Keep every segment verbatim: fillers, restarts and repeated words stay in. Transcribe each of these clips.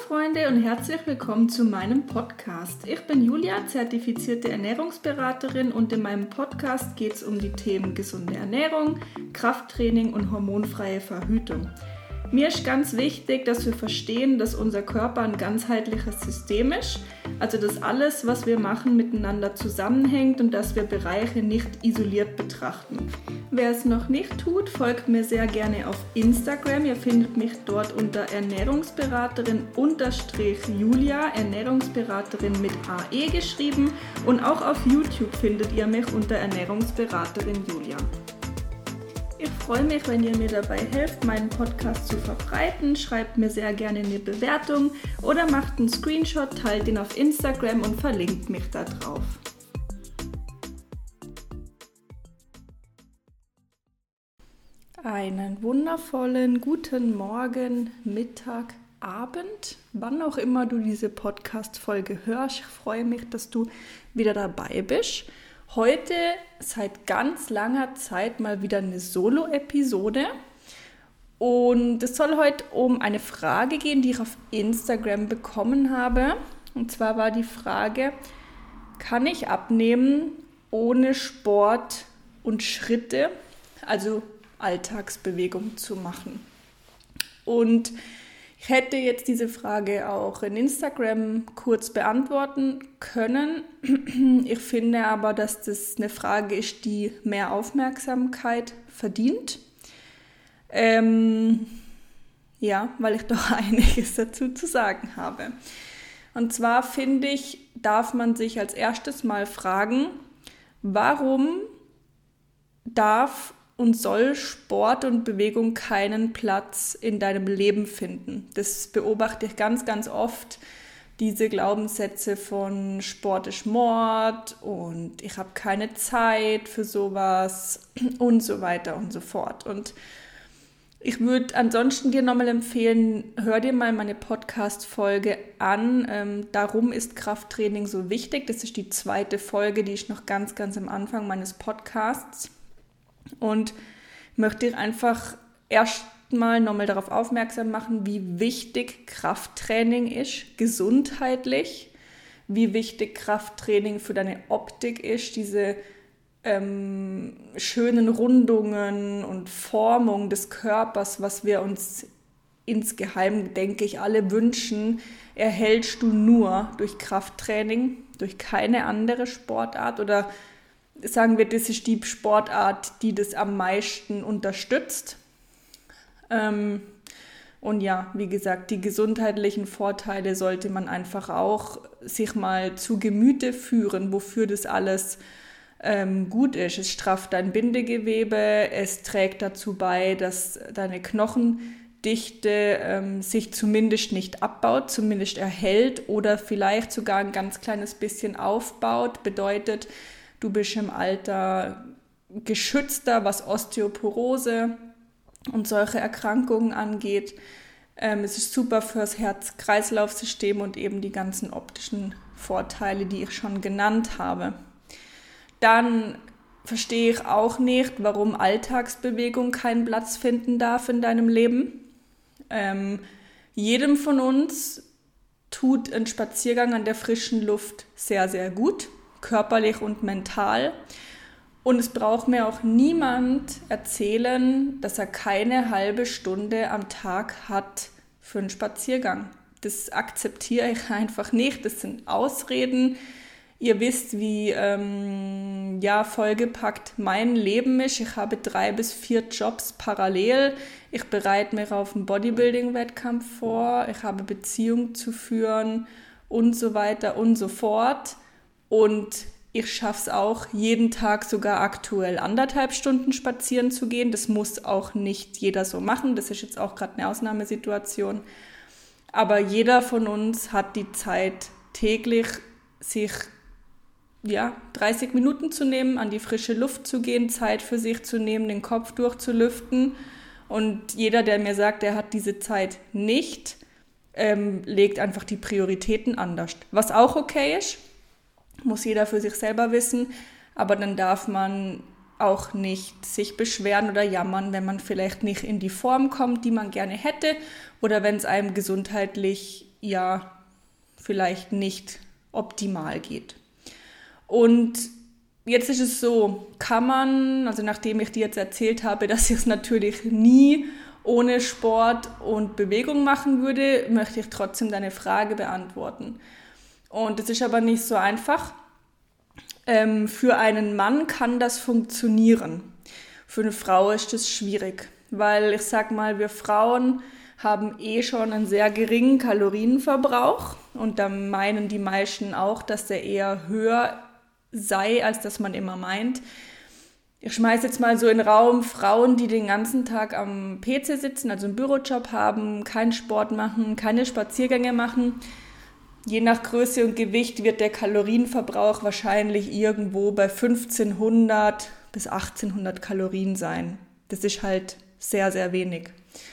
Freunde und herzlich willkommen zu meinem Podcast. Ich bin Julia, zertifizierte Ernährungsberaterin und in meinem Podcast geht es um die Themen gesunde Ernährung, Krafttraining und hormonfreie Verhütung. Mir ist ganz wichtig, dass wir verstehen, dass unser Körper ein ganzheitliches System ist, also dass alles, was wir machen, miteinander zusammenhängt und dass wir Bereiche nicht isoliert betrachten. Wer es noch nicht tut, folgt mir sehr gerne auf Instagram. Ihr findet mich dort unter Ernährungsberaterin unterstrich Julia, Ernährungsberaterin mit A E geschrieben, und auch auf YouTube findet ihr mich unter Ernährungsberaterin Julia. Ich freue mich, wenn ihr mir dabei helft, meinen Podcast zu verbreiten. Schreibt mir sehr gerne eine Bewertung oder macht einen Screenshot, teilt ihn auf Instagram und verlinkt mich da drauf. Einen wundervollen guten Morgen, Mittag, Abend, wann auch immer du diese Podcast-Folge hörst. Ich freue mich, dass du wieder dabei bist. Heute seit ganz langer Zeit mal wieder eine Solo-Episode und es soll heute um eine Frage gehen, die ich auf Instagram bekommen habe. Und zwar war die Frage: Kann ich abnehmen ohne Sport und Schritte, also Alltagsbewegung zu machen? Und ich hätte jetzt diese Frage auch in Instagram kurz beantworten können. Ich finde aber, dass das eine Frage ist, die mehr Aufmerksamkeit verdient. Ähm, ja, weil ich doch einiges dazu zu sagen habe. Und zwar finde ich, darf man sich als erstes mal fragen, warum darf und soll Sport und Bewegung keinen Platz in deinem Leben finden? Das beobachte ich ganz, ganz oft, diese Glaubenssätze von Sport ist Mord und ich habe keine Zeit für sowas und so weiter und so fort. Und ich würde ansonsten dir nochmal empfehlen, hör dir mal meine Podcast-Folge an. Ähm, darum ist Krafttraining so wichtig. Das ist die zweite Folge, die ist noch ganz, ganz am Anfang meines Podcasts. Und möchte einfach erstmal nochmal darauf aufmerksam machen, wie wichtig Krafttraining ist, gesundheitlich, wie wichtig Krafttraining für deine Optik ist, diese ähm, schönen Rundungen und Formung des Körpers, was wir uns insgeheim, denke ich, alle wünschen, erhältst du nur durch Krafttraining, durch keine andere Sportart, oder sagen wir, das ist die Sportart, die das am meisten unterstützt. Ähm, und ja, wie gesagt, die gesundheitlichen Vorteile sollte man einfach auch sich mal zu Gemüte führen, wofür das alles ähm, gut ist. Es strafft dein Bindegewebe, es trägt dazu bei, dass deine Knochendichte ähm, sich zumindest nicht abbaut, zumindest erhält oder vielleicht sogar ein ganz kleines bisschen aufbaut. Bedeutet, du bist im Alter geschützter, was Osteoporose und solche Erkrankungen angeht. Ähm, es ist super fürs Herz-Kreislauf-System und eben die ganzen optischen Vorteile, die ich schon genannt habe. Dann verstehe ich auch nicht, warum Alltagsbewegung keinen Platz finden darf in deinem Leben. Ähm, jedem von uns tut ein Spaziergang an der frischen Luft sehr, sehr gut, körperlich und mental. Und es braucht mir auch niemand erzählen, dass er keine halbe Stunde am Tag hat für einen Spaziergang. Das akzeptiere ich einfach nicht. Das sind Ausreden. Ihr wisst, wie ähm, ja, vollgepackt mein Leben ist. Ich habe drei bis vier Jobs parallel. Ich bereite mich auf einen Bodybuilding-Wettkampf vor. Ich habe Beziehungen zu führen und so weiter und so fort. Und ich schaffe es auch, jeden Tag sogar aktuell anderthalb Stunden spazieren zu gehen. Das muss auch nicht jeder so machen. Das ist jetzt auch gerade eine Ausnahmesituation. Aber jeder von uns hat die Zeit, täglich sich ja, dreißig Minuten zu nehmen, an die frische Luft zu gehen, Zeit für sich zu nehmen, den Kopf durchzulüften. Und jeder, der mir sagt, er hat diese Zeit nicht, ähm, legt einfach die Prioritäten anders. Was auch okay ist. Muss jeder für sich selber wissen, aber dann darf man auch nicht sich beschweren oder jammern, wenn man vielleicht nicht in die Form kommt, die man gerne hätte, oder wenn es einem gesundheitlich ja vielleicht nicht optimal geht. Und jetzt ist es so, kann man, also nachdem ich dir jetzt erzählt habe, dass ich es natürlich nie ohne Sport und Bewegung machen würde, möchte ich trotzdem deine Frage beantworten. Und das ist aber nicht so einfach. Ähm, für einen Mann kann das funktionieren. Für eine Frau ist das schwierig, weil ich sag mal, wir Frauen haben eh schon einen sehr geringen Kalorienverbrauch und da meinen die meisten auch, dass der eher höher sei, als dass man immer meint. Ich schmeiße jetzt mal so in den Raum Frauen, die den ganzen Tag am P C sitzen, also einen Bürojob haben, keinen Sport machen, keine Spaziergänge machen. Je nach Größe und Gewicht wird der Kalorienverbrauch wahrscheinlich irgendwo bei fünfzehnhundert bis achtzehnhundert Kalorien sein. Das ist halt sehr, sehr wenig.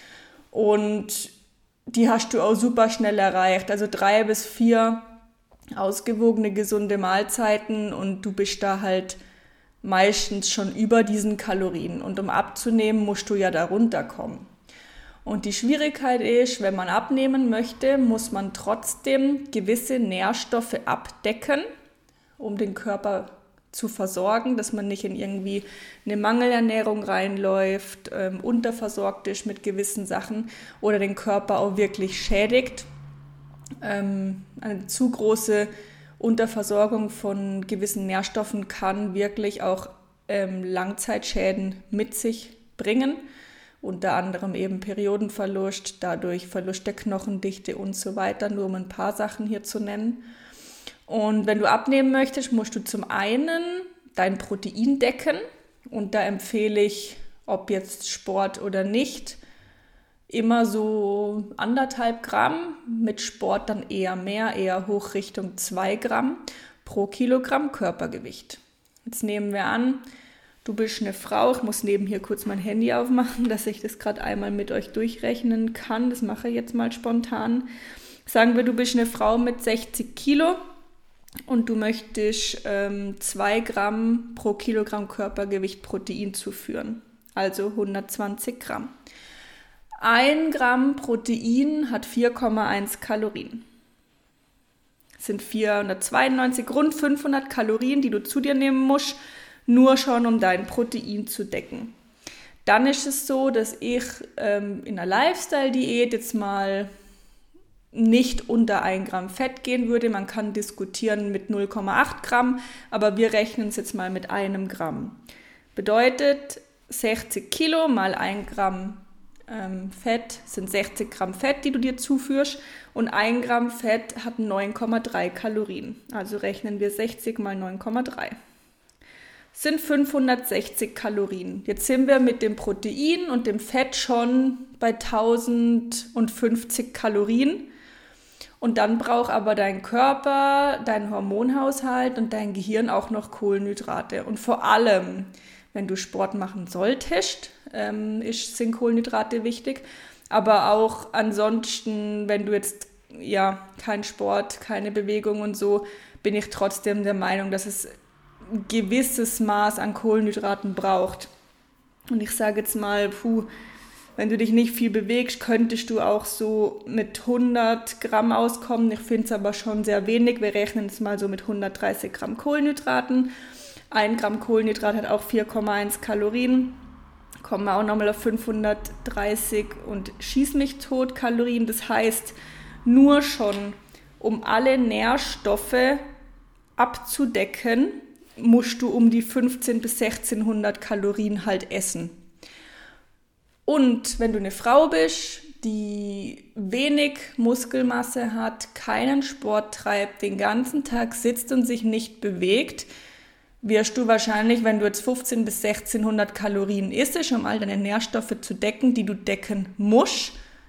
Und die hast du auch super schnell erreicht. Also drei bis vier ausgewogene, gesunde Mahlzeiten und du bist da halt meistens schon über diesen Kalorien. Und um abzunehmen, musst du ja da runterkommen. Und die Schwierigkeit ist, wenn man abnehmen möchte, muss man trotzdem gewisse Nährstoffe abdecken, um den Körper zu versorgen, dass man nicht in irgendwie eine Mangelernährung reinläuft, ähm, unterversorgt ist mit gewissen Sachen oder den Körper auch wirklich schädigt. Ähm, eine zu große Unterversorgung von gewissen Nährstoffen kann wirklich auch ähm, Langzeitschäden mit sich bringen. Unter anderem eben Periodenverlust, dadurch Verlust der Knochendichte und so weiter, nur um ein paar Sachen hier zu nennen. Und wenn du abnehmen möchtest, musst du zum einen dein Protein decken und da empfehle ich, ob jetzt Sport oder nicht, immer so anderthalb Gramm, mit Sport dann eher mehr, eher hoch Richtung zwei Gramm pro Kilogramm Körpergewicht. Jetzt nehmen wir an, du bist eine Frau, ich muss nebenher kurz mein Handy aufmachen, dass ich das gerade einmal mit euch durchrechnen kann, das mache ich jetzt mal spontan. Sagen wir, du bist eine Frau mit sechzig Kilo und du möchtest ähm, zwei Gramm pro Kilogramm Körpergewicht Protein zuführen, also hundertzwanzig Gramm. Ein Gramm Protein hat vier Komma eins Kalorien. Das sind vierhundertzweiundneunzig, rund fünfhundert Kalorien, die du zu dir nehmen musst, nur schon um dein Protein zu decken. Dann ist es so, dass ich ähm, in einer Lifestyle-Diät jetzt mal nicht unter ein Gramm Fett gehen würde. Man kann diskutieren mit null Komma acht Gramm, aber wir rechnen es jetzt mal mit einem Gramm. Bedeutet, sechzig Kilo mal ein Gramm ähm, Fett sind sechzig Gramm Fett, die du dir zuführst und ein Gramm Fett hat neun Komma drei Kalorien. Also rechnen wir sechzig mal neun Komma drei. Sind fünfhundertsechzig Kalorien. Jetzt sind wir mit dem Protein und dem Fett schon bei tausendfünfzig Kalorien. Und dann braucht aber dein Körper, dein Hormonhaushalt und dein Gehirn auch noch Kohlenhydrate. Und vor allem, wenn du Sport machen solltest, ähm, ist, sind Kohlenhydrate wichtig. Aber auch ansonsten, wenn du jetzt ja kein Sport, keine Bewegung und so, bin ich trotzdem der Meinung, dass es ein gewisses Maß an Kohlenhydraten braucht. Und ich sage jetzt mal, puh, wenn du dich nicht viel bewegst, könntest du auch so mit hundert Gramm auskommen. Ich finde es aber schon sehr wenig. Wir rechnen es mal so mit hundertdreißig Gramm Kohlenhydraten. Ein Gramm Kohlenhydrat hat auch vier Komma eins Kalorien. Kommen wir auch nochmal auf fünfhundertdreißig und schieß mich tot Kalorien. Das heißt, nur schon, um alle Nährstoffe abzudecken, musst du um die fünfzehnhundert bis sechzehnhundert Kalorien halt essen. Und wenn du eine Frau bist, die wenig Muskelmasse hat, keinen Sport treibt, den ganzen Tag sitzt und sich nicht bewegt, wirst du wahrscheinlich, wenn du jetzt fünfzehnhundert bis sechzehnhundert Kalorien isst, um all deine Nährstoffe zu decken, die du decken musst,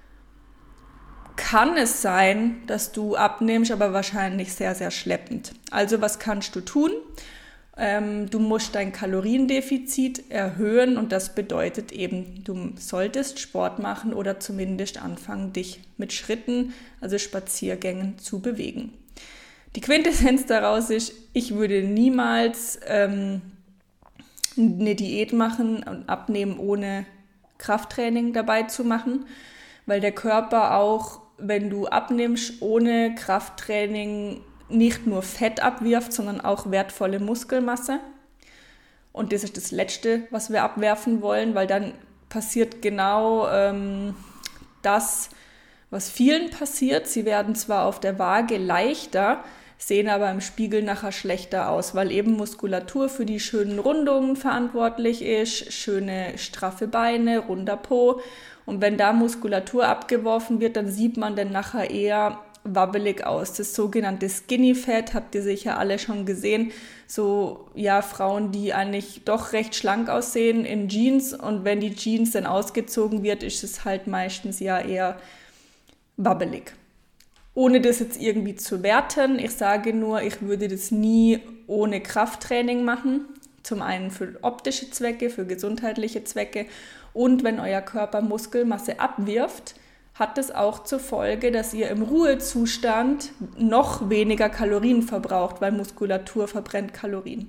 kann es sein, dass du abnimmst, aber wahrscheinlich sehr, sehr schleppend. Also was kannst du tun? Ähm, du musst dein Kaloriendefizit erhöhen und das bedeutet eben, du solltest Sport machen oder zumindest anfangen, dich mit Schritten, also Spaziergängen, zu bewegen. Die Quintessenz daraus ist, ich würde niemals ähm, eine Diät machen und abnehmen, ohne Krafttraining dabei zu machen, weil der Körper auch wenn du abnimmst, ohne Krafttraining nicht nur Fett abwirft, sondern auch wertvolle Muskelmasse. Und das ist das Letzte, was wir abwerfen wollen, weil dann passiert genau ähm, das, was vielen passiert. Sie werden zwar auf der Waage leichter, sehen aber im Spiegel nachher schlechter aus, weil eben Muskulatur für die schönen Rundungen verantwortlich ist, schöne straffe Beine, runder Po. Und wenn da Muskulatur abgeworfen wird, dann sieht man dann nachher eher wabbelig aus. Das sogenannte Skinny Fat habt ihr sicher alle schon gesehen. So, ja, Frauen, die eigentlich doch recht schlank aussehen in Jeans. Und wenn die Jeans dann ausgezogen wird, ist es halt meistens ja eher wabbelig. Ohne das jetzt irgendwie zu werten. Ich sage nur, ich würde das nie ohne Krafttraining machen. Zum einen für optische Zwecke, für gesundheitliche Zwecke. Und wenn euer Körper Muskelmasse abwirft, hat es auch zur Folge, dass ihr im Ruhezustand noch weniger Kalorien verbraucht, weil Muskulatur verbrennt Kalorien.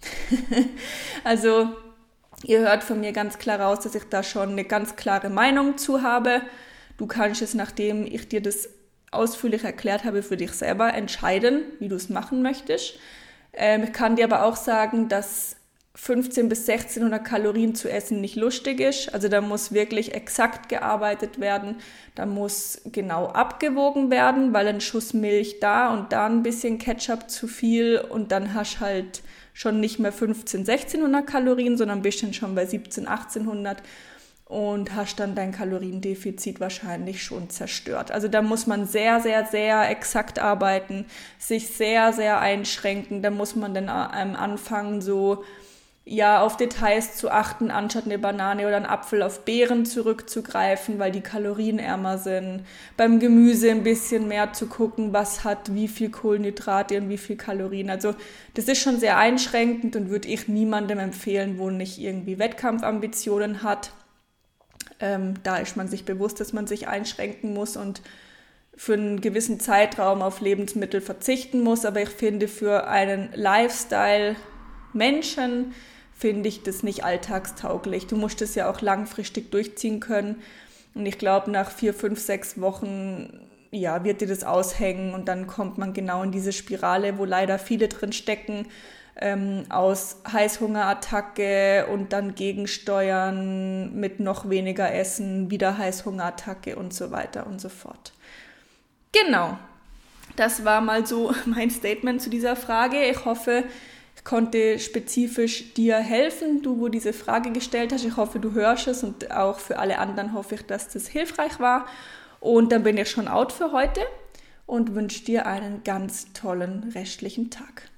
Also ihr hört von mir ganz klar raus, dass ich da schon eine ganz klare Meinung zu habe. Du kannst es, nachdem ich dir das ausführlich erklärt habe, für dich selber entscheiden, wie du es machen möchtest. Ähm, ich kann dir aber auch sagen, dass fünfzehnhundert bis sechzehnhundert Kalorien zu essen nicht lustig ist. Also da muss wirklich exakt gearbeitet werden. Da muss genau abgewogen werden, weil ein Schuss Milch da und da ein bisschen Ketchup zu viel und dann hast du halt schon nicht mehr fünfzehnhundert, sechzehnhundert Kalorien, sondern bist dann schon bei siebzehnhundert, achtzehnhundert und hast dann dein Kaloriendefizit wahrscheinlich schon zerstört. Also da muss man sehr, sehr, sehr exakt arbeiten, sich sehr, sehr einschränken. Da muss man dann am Anfang so ja, auf Details zu achten, anstatt eine Banane oder einen Apfel auf Beeren zurückzugreifen, weil die kalorienärmer sind. Beim Gemüse ein bisschen mehr zu gucken, was hat wie viel Kohlenhydrate und wie viel Kalorien. Also das ist schon sehr einschränkend und würde ich niemandem empfehlen, wo nicht irgendwie Wettkampfambitionen hat. Ähm, da ist man sich bewusst, dass man sich einschränken muss und für einen gewissen Zeitraum auf Lebensmittel verzichten muss. Aber ich finde, für einen Lifestyle-Menschen finde ich das nicht alltagstauglich. Du musst das ja auch langfristig durchziehen können. Und ich glaube, nach vier, fünf, sechs Wochen ja, wird dir das aushängen und dann kommt man genau in diese Spirale, wo leider viele drin stecken, ähm, aus Heißhungerattacke und dann Gegensteuern mit noch weniger Essen, wieder Heißhungerattacke und so weiter und so fort. Genau, das war mal so mein Statement zu dieser Frage. Ich hoffe, konnte spezifisch dir helfen, du, wo diese Frage gestellt hast. Ich hoffe, du hörst es und auch für alle anderen hoffe ich, dass das hilfreich war. Und dann bin ich schon out für heute und wünsche dir einen ganz tollen restlichen Tag.